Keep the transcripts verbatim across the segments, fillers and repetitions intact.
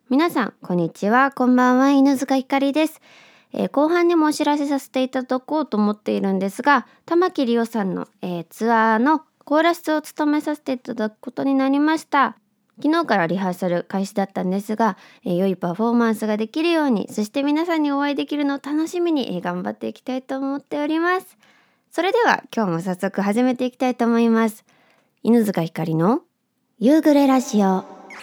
皆さんこんにちは、こんばんは。犬塚ひかりです、えー、後半にもお知らせさせていただこうと思っているんですが、玉木理央さんの、えー、ツアーのコーラスを務めさせていただくことになりました。昨日からリハーサル開始だったんですが、えー、良いパフォーマンスができるように、そして皆さんにお会いできるのを楽しみに、えー、頑張っていきたいと思っております。それでは今日も早速始めていきたいと思います。犬塚ひかりの夕暮れラジオ。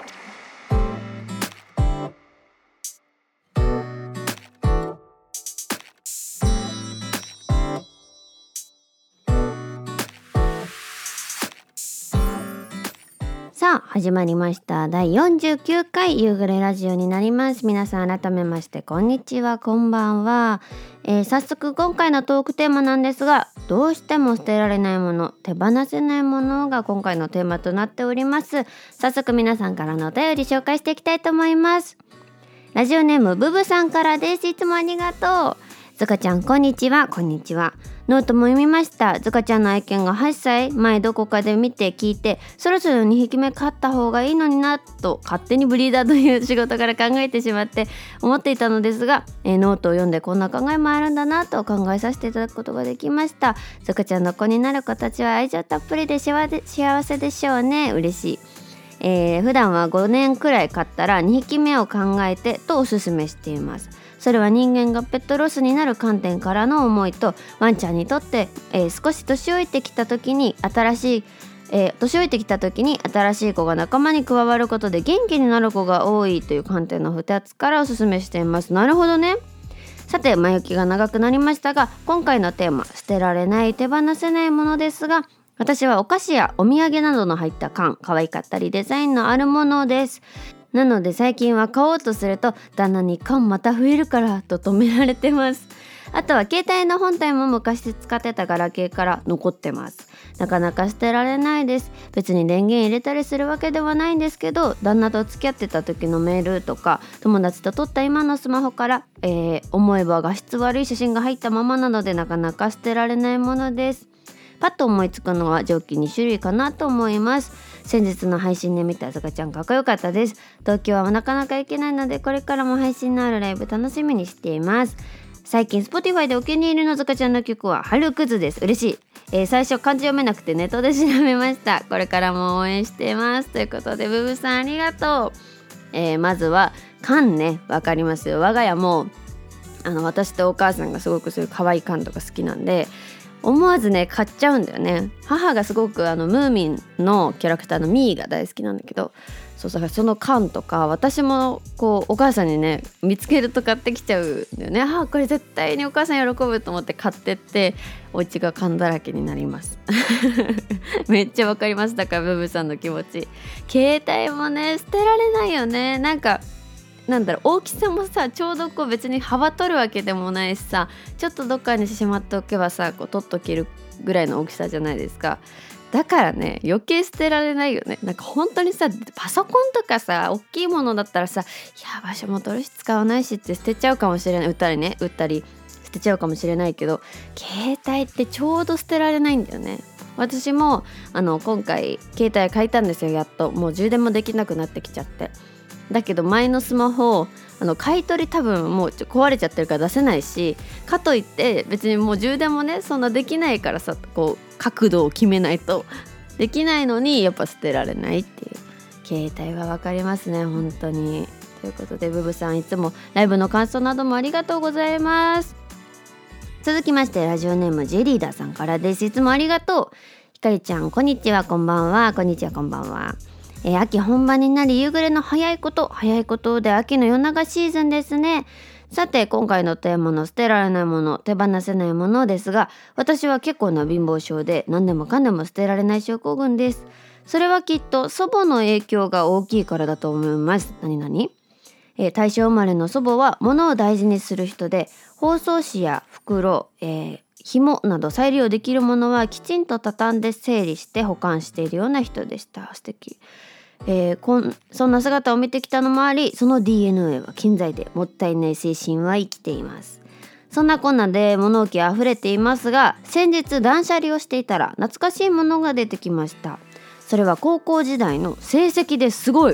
さあ始まりました。だいよんじゅうきゅうかい夕暮れラジオになります。皆さん改めましてこんにちは、こんばんは、えー、早速今回のトークテーマなんですが、どうしても捨てられないもの、手放せないものが今回のテーマとなっております。早速皆さんからのお便り紹介していきたいと思います。ラジオネームブブさんからです。いつもありがとう。ずかちゃんこんにちは。こんにちは。ノートも読みました。ずかちゃんの愛犬がはっさい前どこかで見て聞いて、そろそろにひきめ飼った方がいいのになと勝手にブリーダーという仕事から考えてしまって思っていたのですが、えー、ノートを読んでこんな考えもあるんだなと考えさせていただくことができました。ずかちゃんの子になる子たちは愛情たっぷりで幸せでしょうね。嬉しい。えー、普段はごねんくらい飼ったらにひきめを考えてとおすすめしています。それは人間がペットロスになる観点からの思いと、ワンちゃんにとって、えー、少し年老いてきた時に新しい、えー、年老いてきた時に新しい子が仲間に加わることで元気になる子が多いという観点のふたつからおすすめしています。なるほどね。さて前置きが長くなりましたが、今回のテーマ、捨てられない手放せないものですが、私はお菓子やお土産などの入った缶、可愛かったりデザインのあるものです。なので最近は買おうとすると旦那に缶また増えるからと止められてます。あとは携帯の本体も昔使ってたガラケーから残ってます。なかなか捨てられないです。別に電源入れたりするわけではないんですけど、旦那と付き合ってた時のメールとか友達と撮った今のスマホから、えー、思えば画質悪い写真が入ったままなので、なかなか捨てられないものです。パッと思いつくのは蒸気に種類かなと思います。先日の配信で見たずかちゃんかっこよかったです。東京はなかなか行けないので、これからも配信のあるライブ楽しみにしています。最近 Spotify でお気に入りのずかちゃんの曲は春くずです。嬉しい。えー、最初漢字読めなくてネットで調べました。これからも応援していますということで、ブブさんありがとう。えー、まずは缶ね、わかりますよ。我が家もあの私とお母さんがすごくそういう可愛い缶とか好きなんで、思わずね買っちゃうんだよね。母がすごくあのムーミンのキャラクターのミーが大好きなんだけど、そうだからその缶とか私もこうお母さんにね見つけると買ってきちゃうんだよね。あ、これ絶対にお母さん喜ぶと思って買ってって、お家が缶だらけになりますめっちゃわかります。だからブブさんの気持ち。携帯もね捨てられないよね。なんかなんだろう、大きさもさ、ちょうどこう別に幅取るわけでもないしさ、ちょっとどっかにしまっておけばさ、こう取っとけるぐらいの大きさじゃないですか。だからね余計捨てられないよね。なんか本当にさ、パソコンとかさ大きいものだったらさ、いや場所も取るし使わないしって捨てちゃうかもしれない。売ったりね売ったり捨てちゃうかもしれないけど、携帯ってちょうど捨てられないんだよね。私もあの今回携帯変えたんですよ。やっともう充電もできなくなってきちゃって。だけど前のスマホあの買い取り多分もう壊れちゃってるから出せないし、かといって別にもう充電もねそんなできないからさ、こう角度を決めないとできないのにやっぱ捨てられないっていう。携帯は分かりますね本当に。ということでブブさんいつもライブの感想などもありがとうございます。続きましてラジオネームジェリーダーさんからです。いつもありがとう。ひかりちゃんこんにちは、こんばんは。こんにちは、こんばんは。えー、秋本番になり夕暮れの早いこと早いことで秋の夜長シーズンですね。さて今回のテーマの捨てられないもの手放せないものですが、私は結構な貧乏症で何でもかんでも捨てられない症候群です。それはきっと祖母の影響が大きいからだと思います。何々、えー、大正生まれの祖母は物を大事にする人で、包装紙や袋、えー紐など再利用できるものはきちんと畳んで整理して保管しているような人でした。素敵。えー、こんそんな姿を見てきたのもあり、その ディーエヌエー は健在で、もったいない精神は生きています。そんなこんなで物置あふれていますが、先日断捨離をしていたら懐かしいものが出てきました。それは高校時代の成績です。すごい。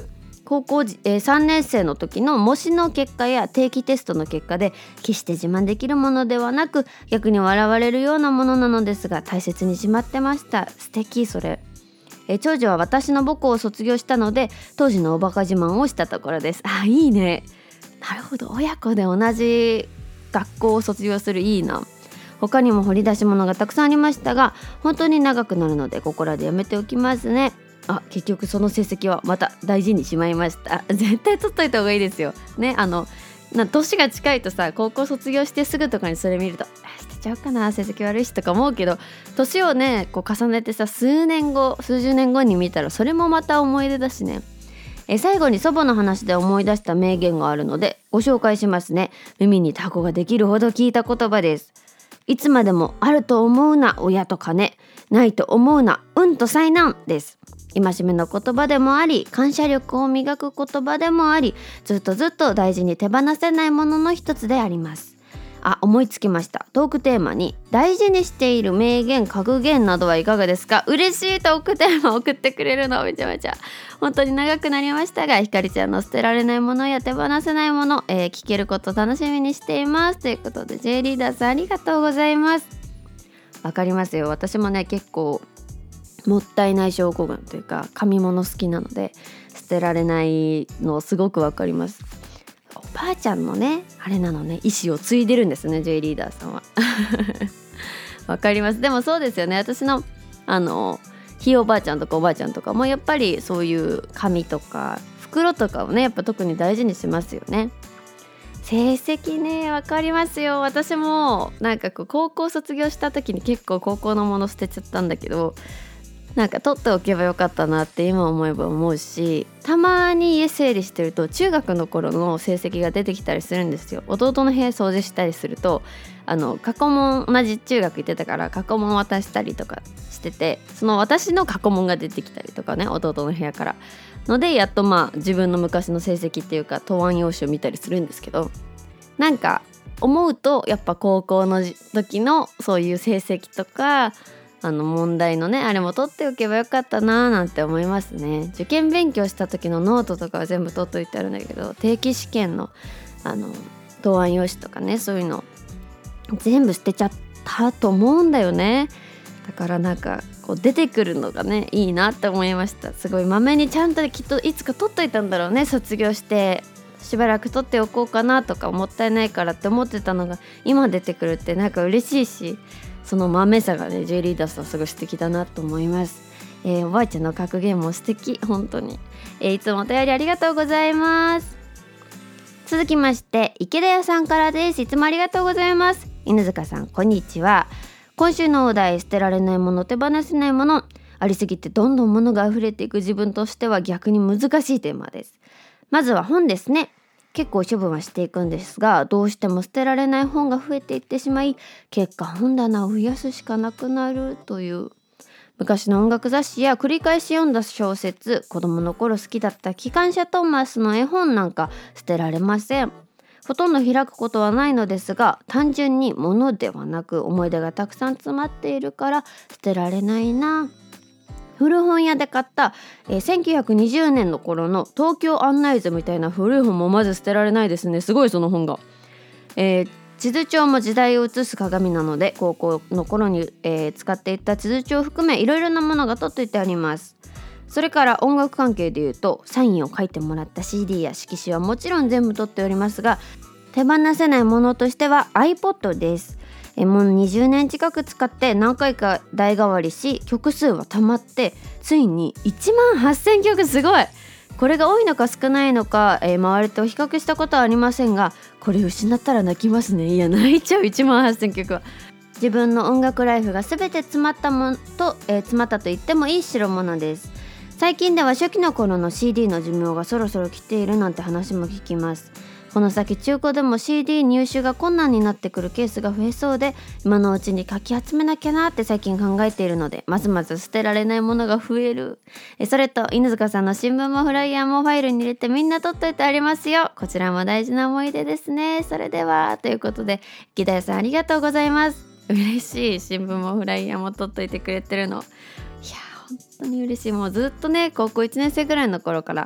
高校時、えー、さんねん生の時の模試の結果や定期テストの結果で決して自慢できるものではなく、逆に笑われるようなものなのですが大切にしまってました。素敵それ。えー、長女は私の母校を卒業したので当時のおバカ自慢をしたところです。あ、いいね。なるほど、親子で同じ学校を卒業する、いいな。他にも掘り出し物がたくさんありましたが本当に長くなるのでここらでやめておきますね。あ、結局その成績はまた大事にしまいました。絶対取っといた方がいいですよね。あのな年が近いとさ、高校卒業してすぐとかにそれ見ると捨てちゃうかな、成績悪いしとか思うけど、年をねこう重ねてさ、数年後数十年後に見たらそれもまた思い出だしね。え最後に祖母の話で思い出した名言があるのでご紹介しますね。耳にタコができるほど聞いた言葉です。いつまでもあると思うな親と金、ないと思うな運と災難です。戒めの言葉でもあり、感謝力を磨く言葉でもあり、ずっとずっと大事に手放せないものの一つであります。あ、思いつきました。トークテーマに大事にしている名言格言などはいかがですか。嬉しい。トークテーマ送ってくれるのめちゃめちゃ本当に長くなりましたが、ひかりちゃんの捨てられないものや手放せないもの、えー、聞けること楽しみにしていますということで、 J リーダーさんありがとうございます。わかりますよ。私もね結構もったいない症候群というか紙物好きなので捨てられないのすごくわかります。おばあちゃんのねあれなのね、意思を継いでるんですね J リーダーさんは。わかります。でもそうですよね。私のあのひいおばあちゃんとかおばあちゃんとかもやっぱりそういう紙とか袋とかをねやっぱ特に大事にしますよね。成績ね、わかりますよ。私もなんかこう高校卒業した時に結構高校のもの捨てちゃったんだけど、なんか取っておけばよかったなって今思えば思うし、たまに家整理してると中学の頃の成績が出てきたりするんですよ。弟の部屋掃除したりすると、あの過去問、同じ中学行ってたから過去問渡したりとかしてて、その私の過去問が出てきたりとかね、弟の部屋からのでやっとまあ自分の昔の成績っていうか答案用紙を見たりするんですけど、なんか思うとやっぱ高校の時のそういう成績とかあの問題のねあれも取っておけばよかったなーなんて思いますね。受験勉強した時のノートとかは全部取っといてあるんだけど、定期試験のあの答案用紙とかね、そういうの全部捨てちゃったと思うんだよね。だからなんかこう出てくるのがねいいなって思いました。すごいまめにちゃんときっといつか取っといたんだろうね。卒業してしばらく取っておこうかなとかもったいないからって思ってたのが今出てくるってなんか嬉しいし、その豆さがね J リーダーさんすごい素敵だなと思います。えー、おばあちゃんの格言も素敵本当に、えー、いつもお便りありがとうございます。続きまして池田屋さんからです。いつもありがとうございます。犬塚さんこんにちは。今週のお題、捨てられないもの手放せないもの、ありすぎてどんどん物が溢れていく自分としては逆に難しいテーマです。まずは本ですね。結構処分はしていくんですが、どうしても捨てられない本が増えていってしまい、結果本棚を増やすしかなくなるという。昔の音楽雑誌や繰り返し読んだ小説、子供の頃好きだった機関車トーマスの絵本なんか捨てられません。ほとんど開くことはないのですが、単純に物ではなく思い出がたくさん詰まっているから捨てられないな。古本屋で買った、えー、せんきゅうひゃくにじゅうねんの頃の東京案内図みたいな古い本もまず捨てられないですね。すごいその本が、えー、地図帳も時代を映す鏡なので高校の頃に、えー、使っていた地図帳を含めいろいろなものが取っていてあります。それから音楽関係でいうとサインを書いてもらった シーディー や色紙はもちろん全部取っておりますが、手放せないものとしては iPod です。えもうにじゅうねん近く使って何回か代替わりし、曲数はたまってついにいちまんはっせんきょく。すごい。これが多いのか少ないのか、えー、周りと比較したことはありませんが、これ失ったら泣きますね。いや泣いちゃう。いちまんはっせんきょくは自分の音楽ライフが全て詰まったものと、えー、詰まったと言ってもいい代物です。最近では初期の頃の シーディー の寿命がそろそろ来ているなんて話も聞きます。この先中古でも シーディー 入手が困難になってくるケースが増えそうで、今のうちにかき集めなきゃなって最近考えているので、ますます捨てられないものが増える。えそれと犬塚さんの新聞もフライヤーもファイルに入れてみんな取っといてありますよ。こちらも大事な思い出ですね。それではということで池田屋さんありがとうございます。嬉しい。新聞もフライヤーも取っといてくれてるの、いや本当に嬉しい。もうずっとね高校いちねん生ぐらいの頃から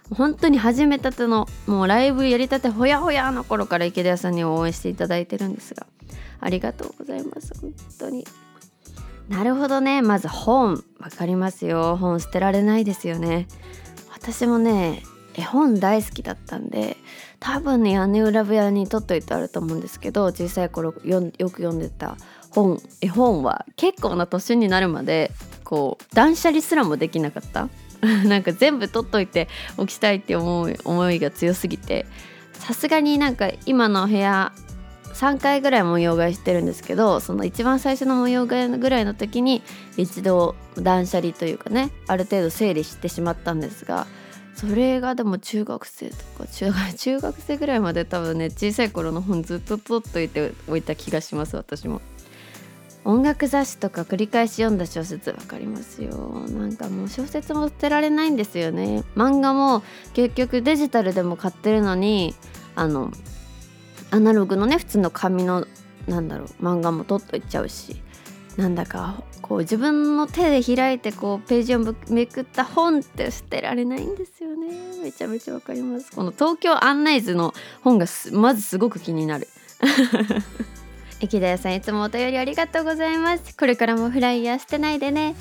本当に始めたてのもうライブやりたてほやほやの頃から池田屋さんに応援していただいてるんですが、ありがとうございます。本当に。なるほどね。まず本、わかりますよ。本捨てられないですよね。私もね絵本大好きだったんで、多分ね屋根裏部屋に取っといてあると思うんですけど、小さい頃よんよく読んでた本絵本は結構な年になるまでこう断捨離すらもできなかったなんか全部取っといておきたいって思う思いが強すぎて、さすがになんか今の部屋さんかいぐらい模様替えしてるんですけど、その一番最初の模様替えぐらいの時に一度断捨離というかね、ある程度整理してしまったんですが、それがでも中学生とか 中, 中学生ぐらいまで多分ね小さい頃の本ずっと取っといておいた気がします。私も音楽雑誌とか繰り返し読んだ小説わかりますよ。なんかもう小説も捨てられないんですよね。漫画も結局デジタルでも買ってるのに、あのアナログのね普通の紙のなんだろう漫画も取っといちゃうし、なんだかこう自分の手で開いてこうページをめくった本って捨てられないんですよね。めちゃめちゃわかります。この東京案内図の本がまずすごく気になる池田屋さんいつもお便りありがとうございます。これからもフライヤー捨てないでね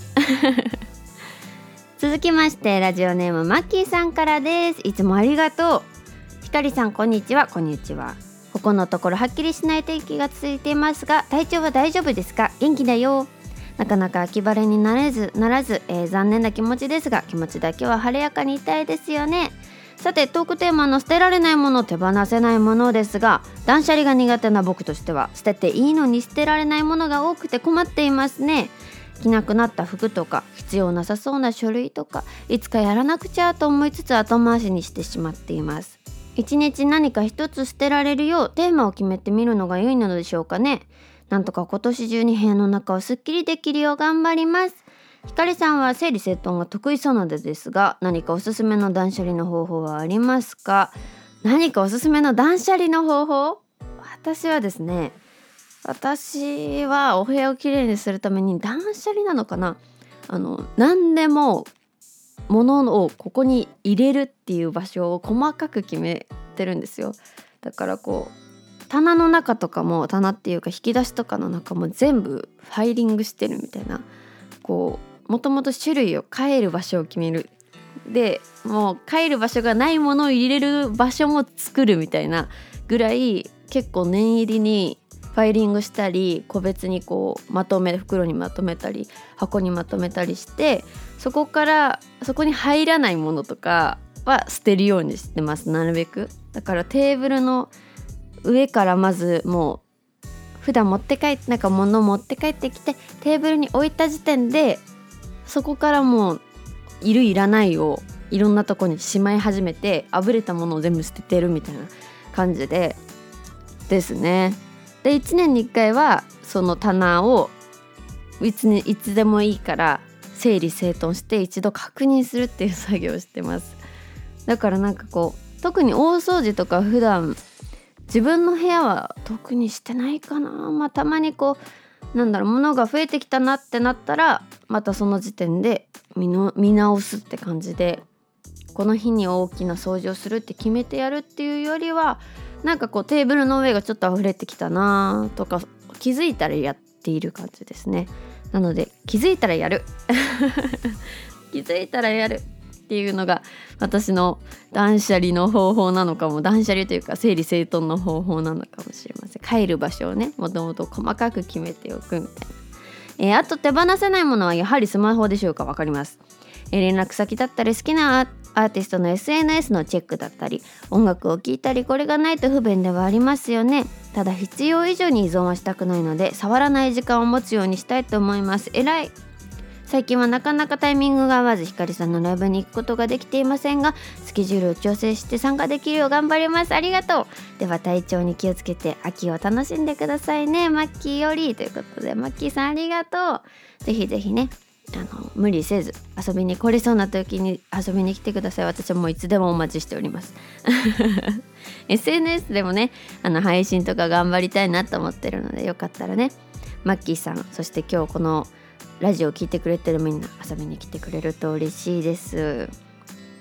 続きましてラジオネームマッキーさんからです。いつもありがとう。ひかりさんこんにちは。こんにちは。ここのところはっきりしない天気が続いていますが、体調は大丈夫ですか？元気だよ。なかなか秋晴れになれずならず、えー、残念な気持ちですが、気持ちだけは晴れやかにいたいですよね。さてトークテーマの捨てられないもの手放せないものですが、断捨離が苦手な僕としては捨てていいのに捨てられないものが多くて困っていますね。着なくなった服とか必要なさそうな書類とか、いつかやらなくちゃと思いつつ後回しにしてしまっています。一日何か一つ捨てられるようテーマを決めてみるのが良いのでしょうかね。なんとか今年中に部屋の中をすっきりできるよう頑張ります。ひかりさんは整理整頓が得意そうなのですが、何かおすすめの断捨離の方法はありますか？何かおすすめの断捨離の方法？私はですね、私はお部屋をきれいにするために断捨離なのかな、あの何でも物をここに入れるっていう場所を細かく決めてるんですよ。だからこう棚の中とかも、棚っていうか引き出しとかの中も全部ファイリングしてるみたいな、こうもともと種類を変える場所を決める、でもう変える場所がないものを入れる場所も作るみたいなぐらい、結構念入りにファイリングしたり、個別にこうまとめ袋にまとめたり箱にまとめたりして、そこからそこに入らないものとかは捨てるようにしてます。なるべくだからテーブルの上からまずもう普段持って帰ってなんか物を持って帰ってきてテーブルに置いた時点で、そこからもういるいらないをいろんなとこにしまい始めて、あぶれたものを全部捨ててるみたいな感じでですね。でいちねんにいっかいはその棚をいつにいつでもいいから整理整頓して一度確認するっていう作業をしてます。だからなんかこう特に大掃除とか普段自分の部屋は特にしてないかな。まあたまにこうなんだろう物が増えてきたなってなったらまたその時点で 見, の見直すって感じで、この日に大きな掃除をするって決めてやるっていうよりは、なんかこうテーブルの上がちょっと溢れてきたなとか気づいたらやっている感じですね。なので気づいたらやる気づいたらやるっていうのが私の断捨離の方法なのかも。断捨離というか整理整頓の方法なのかもしれません。帰る場所をねもともと細かく決めておくみたいな。えー、あと手放せないものはやはりスマホでしょうか。わかります。えー、連絡先だったり好きなアーティストの エスエヌエス のチェックだったり音楽を聴いたり、これがないと不便ではありますよね。ただ必要以上に依存はしたくないので触らない時間を持つようにしたいと思います。えらい。最近はなかなかタイミングが合わずひかりさんのライブに行くことができていませんが、スケジュールを調整して参加できるよう頑張ります。ありがとう。では体調に気をつけて秋を楽しんでくださいね。マッキーよりということで、マッキーさんありがとう。ぜひぜひねあの無理せず遊びに来れそうな時に遊びに来てください。私はもういつでもお待ちしておりますエスエヌエス でもねあの配信とか頑張りたいなと思ってるので、よかったらねマッキーさん、そして今日このラジオを聞いてくれてるみんな遊びに来てくれると嬉しいです。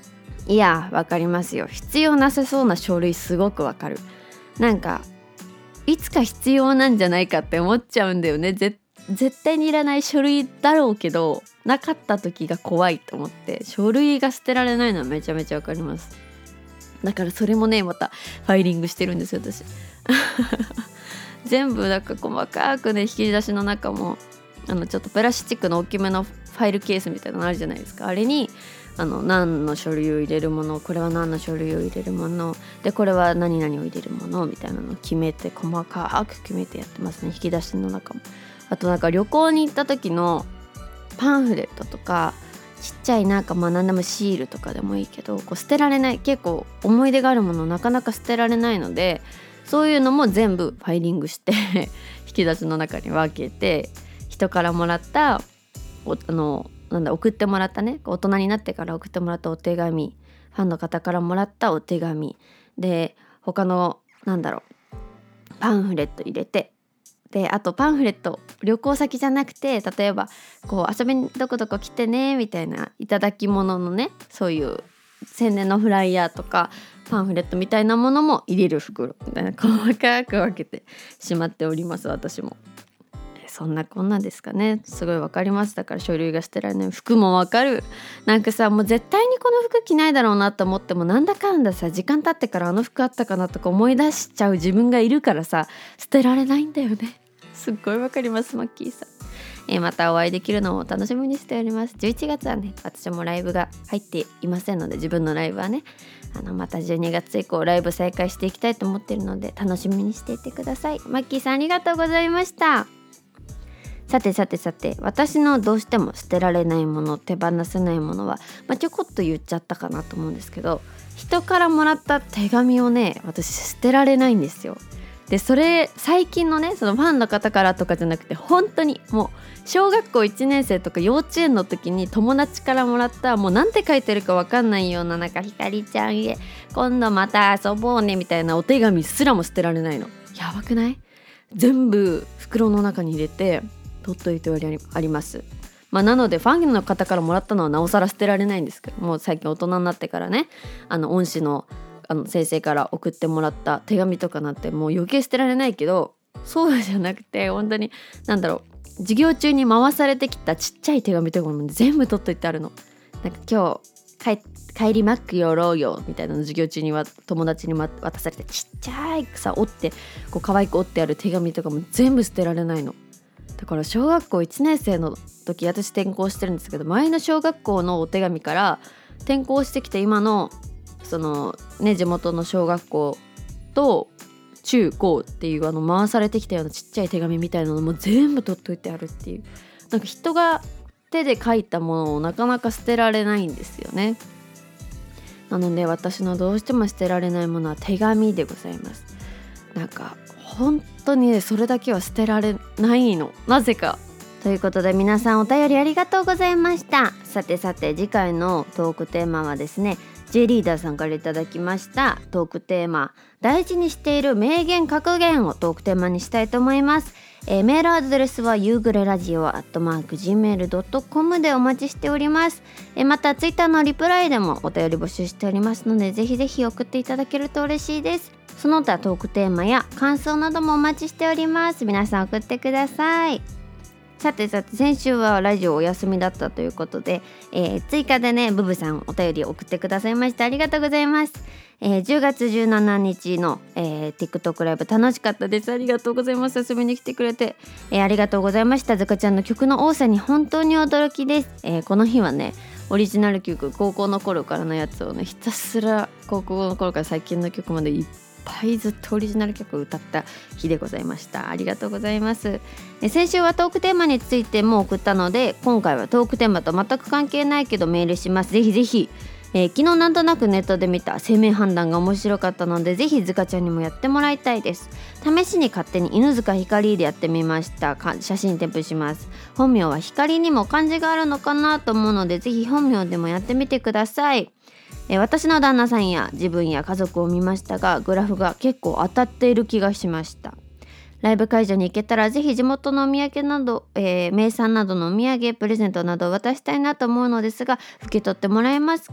いやわかりますよ。必要なさそうな書類すごくわかる。なんかいつか必要なんじゃないかって思っちゃうんだよね。ぜ絶対にいらない書類だろうけどなかった時が怖いと思って、書類が捨てられないのはめちゃめちゃわかります。だからそれもねまたファイリングしてるんですよ私全部なんか細かくね、引き出しの中もあのちょっとプラスチックの大きめのファイルケースみたいなのあるじゃないですか。あれにあの何の書類を入れるもの、これは何の書類を入れるもので、これは何々を入れるものみたいなのを決めて、細かく決めてやってますね、引き出しの中も。あとなんか旅行に行った時のパンフレットとかちっちゃいなんかまあ何でもシールとかでもいいけど、こう捨てられない、結構思い出があるものなかなか捨てられないので、そういうのも全部ファイリングして引き出しの中に分けて、人からもらったおあのなんだ送ってもらったね、大人になってから送ってもらったお手紙、ファンの方からもらったお手紙で、他のなんだろうパンフレット入れて、であとパンフレット旅行先じゃなくて、例えばこう遊びにどこどこ来てねみたいないただき物のね、そういう宣伝のフライヤーとかパンフレットみたいなものも入れる袋みたいな、細かく分けてしまっております。私もそんなこんなですかね。すごいわかります。だから書類が捨てられない、服もわかる。なんかさ、もう絶対にこの服着ないだろうなと思っても、なんだかんださ時間経ってからあの服あったかなとか思い出しちゃう自分がいるからさ、捨てられないんだよね。すっごいわかりますマッキーさん。えー、またお会いできるのを楽しみにしております。じゅういちがつはね、私もライブが入っていませんので、自分のライブはね、あのまたじゅうにがつ以降ライブ再開していきたいと思っているので、楽しみにしていてください。マッキーさんありがとうございました。さてさてさて、私のどうしても捨てられないもの、手放せないものは、まあ、ちょこっと言っちゃったかなと思うんですけど、人からもらった手紙をね、私捨てられないんですよ。でそれ最近のね、そのファンの方からとかじゃなくて、本当にもう小学校いちねん生とか幼稚園の時に友達からもらった、もうなんて書いてるか分かんないような、なんかひかりちゃんへ今度また遊ぼうねみたいなお手紙すらも捨てられないの。やばくない？全部袋の中に入れて取っといてあります。まあ、なのでファンの方からもらったのはなおさら捨てられないんですけど、もう最近大人になってからね、あの恩師のあの先生から送ってもらった手紙とかなんてもう余計捨てられないけど、そうじゃなくて本当になんだろう、授業中に回されてきたちっちゃい手紙とかも全部取っといてあるの。なんか今日帰帰りマック寄ろうよみたいなの授業中には友達に渡されて、ちっちゃいさ折ってこう可愛く折ってある手紙とかも全部捨てられないの。だから小学校いちねん生の時、私転校してるんですけど、前の小学校のお手紙から転校してきて今のそのね地元の小学校と中高っていうあの回されてきたようなちっちゃい手紙みたいなのも全部取っといてあるっていう、なんか人が手で書いたものをなかなか捨てられないんですよね。なので私のどうしても捨てられないものは手紙でございます。なんか本当にね、それだけは捨てられないの、なぜか。ということで皆さんお便りありがとうございました。さてさて、次回のトークテーマはですね、 J リーダーさんからいただきましたトークテーマ、大事にしている名言格言をトークテーマにしたいと思います。えー、メールアドレスは夕暮れラジオアットマーク ジーメールドットコム でお待ちしております。えー、またツイッターのリプライでもお便り募集しておりますので、ぜひぜひ送っていただけると嬉しいです。その他トークテーマや感想などもお待ちしております。皆さん送ってください。さてさて、先週はラジオお休みだったということで、えー、追加でねブブさんお便り送ってくださいました。ありがとうございます。えー、じゅうがつじゅうしちにちの、えー、TikTok ライブ楽しかったです。ありがとうございます。遊びに来てくれて、えー、ありがとうございました。ずかちゃんの曲の多さに本当に驚きです。えー、この日はねオリジナル曲、高校の頃からのやつをねひたすら高校の頃から最近の曲までいっぱいずっとオリジナル曲を歌った日でございました。ありがとうございます。え先週はトークテーマについても送ったので、今回はトークテーマと全く関係ないけどメールします。ぜひぜひ、えー、昨日なんとなくネットで見た生命判断が面白かったので、ぜひずかちゃんにもやってもらいたいです。試しに勝手に犬塚ひかりでやってみました。写真添付します。本名はひかりにも漢字があるのかなと思うので、ぜひ本名でもやってみてください。え私の旦那さんや自分や家族を見ましたが、グラフが結構当たっている気がしました。ライブ会場に行けたらぜひ地元のお土産など、えー、名産などのお土産プレゼントなどを渡したいなと思うのですが、受け取ってもらえますか？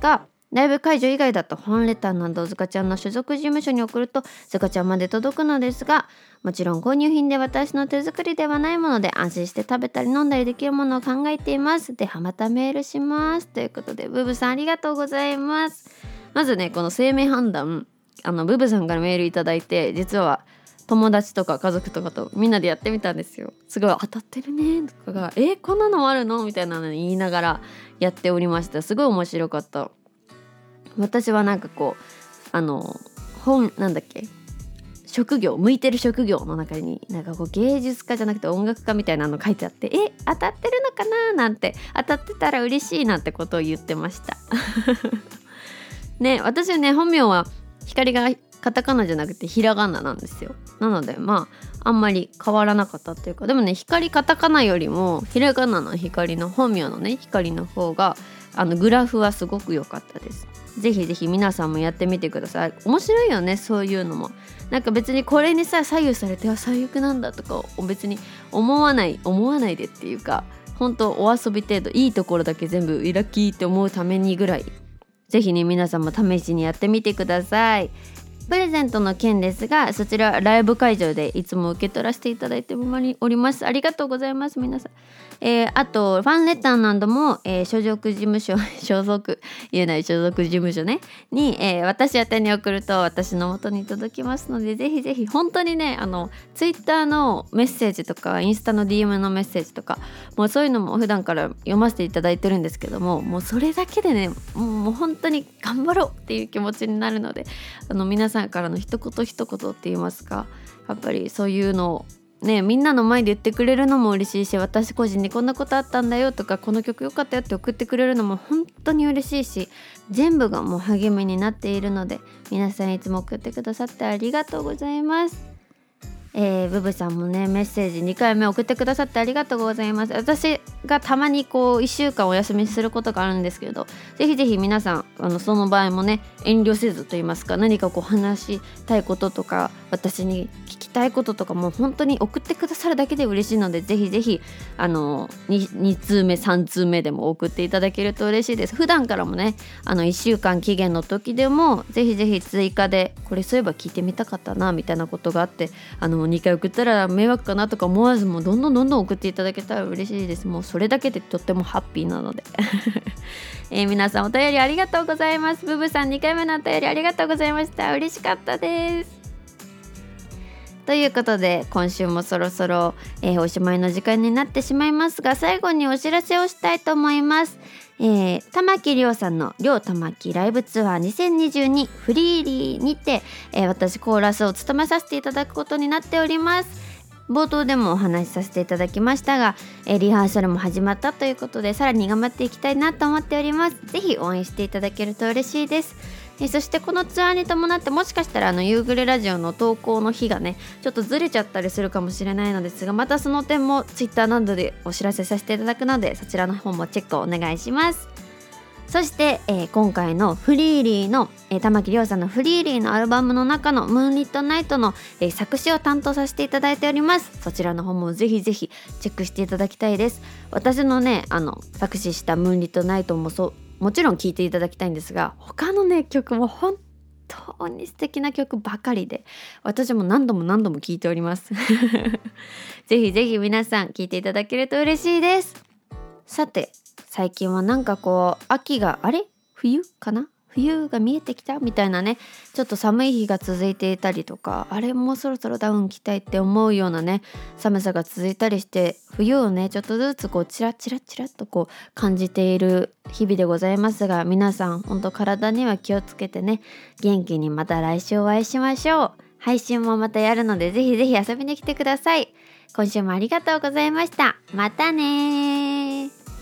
ライブ会場以外だと本レターなどずかちゃんの所属事務所に送るとずかちゃんまで届くのですが、もちろん購入品で私の手作りではないもので安心して食べたり飲んだりできるものを考えています。ではまたメールしますということで、ブブさんありがとうございます。まずね、この生命判断、あのブブさんからメールいただいて、実は友達とか家族とかとみんなでやってみたんですよ。すごい当たってるねとかが、えこんなのもあるのみたいなの言いながらやっておりました。すごい面白かった。私はなんかこうあの本なんだっけ職業向いてる職業の中になんかこう芸術家じゃなくて音楽家みたいなの書いてあって、え当たってるのかななんて、当たってたら嬉しいなんてことを言ってましたね。私はね本名は光がカタカナじゃなくてひらがななんですよ。なのでまああんまり変わらなかったっていうか、でもね光カタカナよりもひらがなの光の本名のね光の方があのグラフはすごく良かったです。ぜひぜひ皆さんもやってみてください。面白いよね、そういうのも。なんか別にこれにさ左右されては最悪なんだとか別に思わない思わないでっていうか、本当お遊び程度、いいところだけ全部ラッキーって思うためにぐらい、ぜひね皆さんも試しにやってみてください。プレゼントの件ですが、そちらライブ会場でいつも受け取らせていただいております。ありがとうございます皆さん。えー、あとファンレターなども、えー、所属事務所所属言えない所属事務所ねに、えー、私宛てに送ると私の元に届きますので、ぜひぜひ本当にねあのツイッターのメッセージとかインスタの ディーエム のメッセージとかもうそういうのも普段から読ませていただいてるんですけども、もうそれだけでねもう本当に頑張ろうっていう気持ちになるので、あの皆さんからの一言一言って言いますか、やっぱりそういうのをねみんなの前で言ってくれるのも嬉しいし、私個人にこんなことあったんだよとかこの曲良かったよって送ってくれるのも本当に嬉しいし、全部がもう励みになっているので、皆さんいつも送ってくださってありがとうございます。えー、ブブさんもねメッセージにかいめ送ってくださってありがとうございます。私がたまにこういっしゅうかんお休みすることがあるんですけど、ぜひぜひ皆さんあのその場合もね遠慮せずと言いますか、何かこう話したいこととか私に聞きたいこととかも本当に送ってくださるだけで嬉しいので、ぜひぜひあの 2, 2通目さん通目でも送っていただけると嬉しいです。普段からもねあのいっしゅうかん期限の時でもぜひぜひ追加でこれそういえば聞いてみたかったなみたいなことがあって、あのにかい送ったら迷惑かなとか思わずもうどんどんどんどん送っていただけたら嬉しいです。もうそれだけでとってもハッピーなので、えー、皆さんお便りありがとうございます。ブブさんにかいめのお便りありがとうございました。嬉しかったです。ということで今週もそろそろ、えー、おしまいの時間になってしまいますが、最後にお知らせをしたいと思います。えー、玉木亮さんの亮玉木ライブツアーにせんにじゅうにフリーリーにて、えー、私コーラスを務めさせていただくことになっております。冒頭でもお話しさせていただきましたが、えー、リハーサルも始まったということでさらに頑張っていきたいなと思っております。ぜひ応援していただけると嬉しいです。えー、そしてこのツアーに伴ってもしかしたらあの夕暮れラジオの投稿の日がねちょっとずれちゃったりするかもしれないのですが、またその点もツイッターなどでお知らせさせていただくので、そちらの方もチェックをお願いします。そして、えー、今回のフリーリーの、えー、玉木亮さんのフリーリーのアルバムの中のムーンリットナイトの、えー、作詞を担当させていただいております。そちらの方もぜひぜひチェックしていただきたいです。私のねあの作詞したムーンリットナイトもそうもちろん聴いていただきたいんですが、他のね曲も本当に素敵な曲ばかりで私も何度も何度も聴いておりますぜひぜひ皆さん聴いていただけると嬉しいです。さて最近はなんかこう秋があれ冬かな冬が見えてきたみたいなね、ちょっと寒い日が続いていたりとか、あれもうそろそろダウン着たいって思うようなね寒さが続いたりして、冬をねちょっとずつこうチラチラチラっとこう感じている日々でございますが、皆さん本当体には気をつけてね元気にまた来週お会いしましょう。配信もまたやるのでぜひぜひ遊びに来てください。今週もありがとうございました。またね。